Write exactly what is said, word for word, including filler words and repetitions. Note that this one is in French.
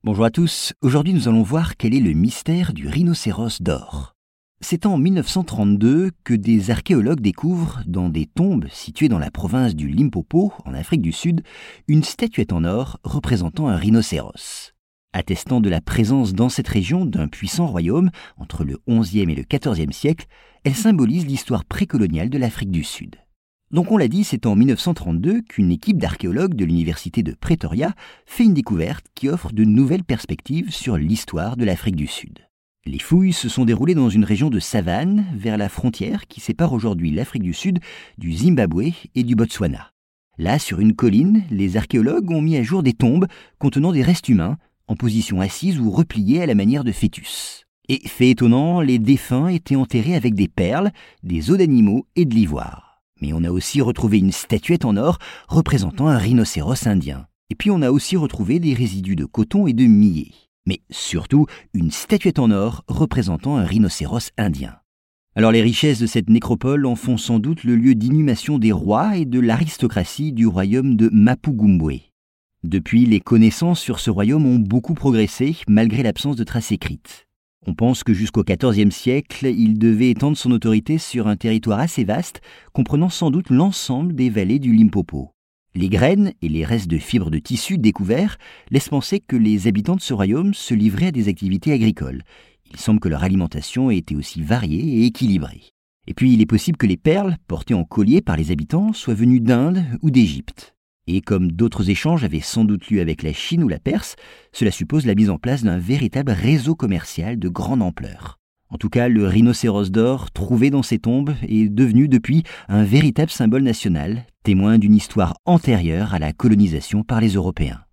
Bonjour à tous, aujourd'hui nous allons voir quel est le mystère du rhinocéros d'or. C'est en mille neuf cent trente-deux que des archéologues découvrent, dans des tombes situées dans la province du Limpopo, en Afrique du Sud, une statuette en or représentant un rhinocéros. Attestant de la présence dans cette région d'un puissant royaume entre le onzième et le quatorzième siècle, elle symbolise l'histoire précoloniale de l'Afrique du Sud. Donc on l'a dit, c'est en mille neuf cent trente-deux qu'une équipe d'archéologues de l'université de Pretoria fait une découverte qui offre de nouvelles perspectives sur l'histoire de l'Afrique du Sud. Les fouilles se sont déroulées dans une région de savane, vers la frontière qui sépare aujourd'hui l'Afrique du Sud du Zimbabwe et du Botswana. Là, sur une colline, les archéologues ont mis à jour des tombes contenant des restes humains, en position assise ou repliée à la manière de fœtus. Et, fait étonnant, les défunts étaient enterrés avec des perles, des os d'animaux et de l'ivoire. Mais on a aussi retrouvé une statuette en or représentant un rhinocéros indien. Et puis on a aussi retrouvé des résidus de coton et de millet. Mais surtout, une statuette en or représentant un rhinocéros indien. Alors les richesses de cette nécropole en font sans doute le lieu d'inhumation des rois et de l'aristocratie du royaume de Mapungubwe. Depuis, les connaissances sur ce royaume ont beaucoup progressé malgré l'absence de traces écrites. On pense que jusqu'au quatorzième siècle, il devait étendre son autorité sur un territoire assez vaste, comprenant sans doute l'ensemble des vallées du Limpopo. Les graines et les restes de fibres de tissu découverts laissent penser que les habitants de ce royaume se livraient à des activités agricoles. Il semble que leur alimentation ait été aussi variée et équilibrée. Et puis il est possible que les perles, portées en collier par les habitants, soient venues d'Inde ou d'Égypte. Et comme d'autres échanges avaient sans doute lieu avec la Chine ou la Perse, cela suppose la mise en place d'un véritable réseau commercial de grande ampleur. En tout cas, le rhinocéros d'or trouvé dans ces tombes est devenu depuis un véritable symbole national, témoin d'une histoire antérieure à la colonisation par les Européens.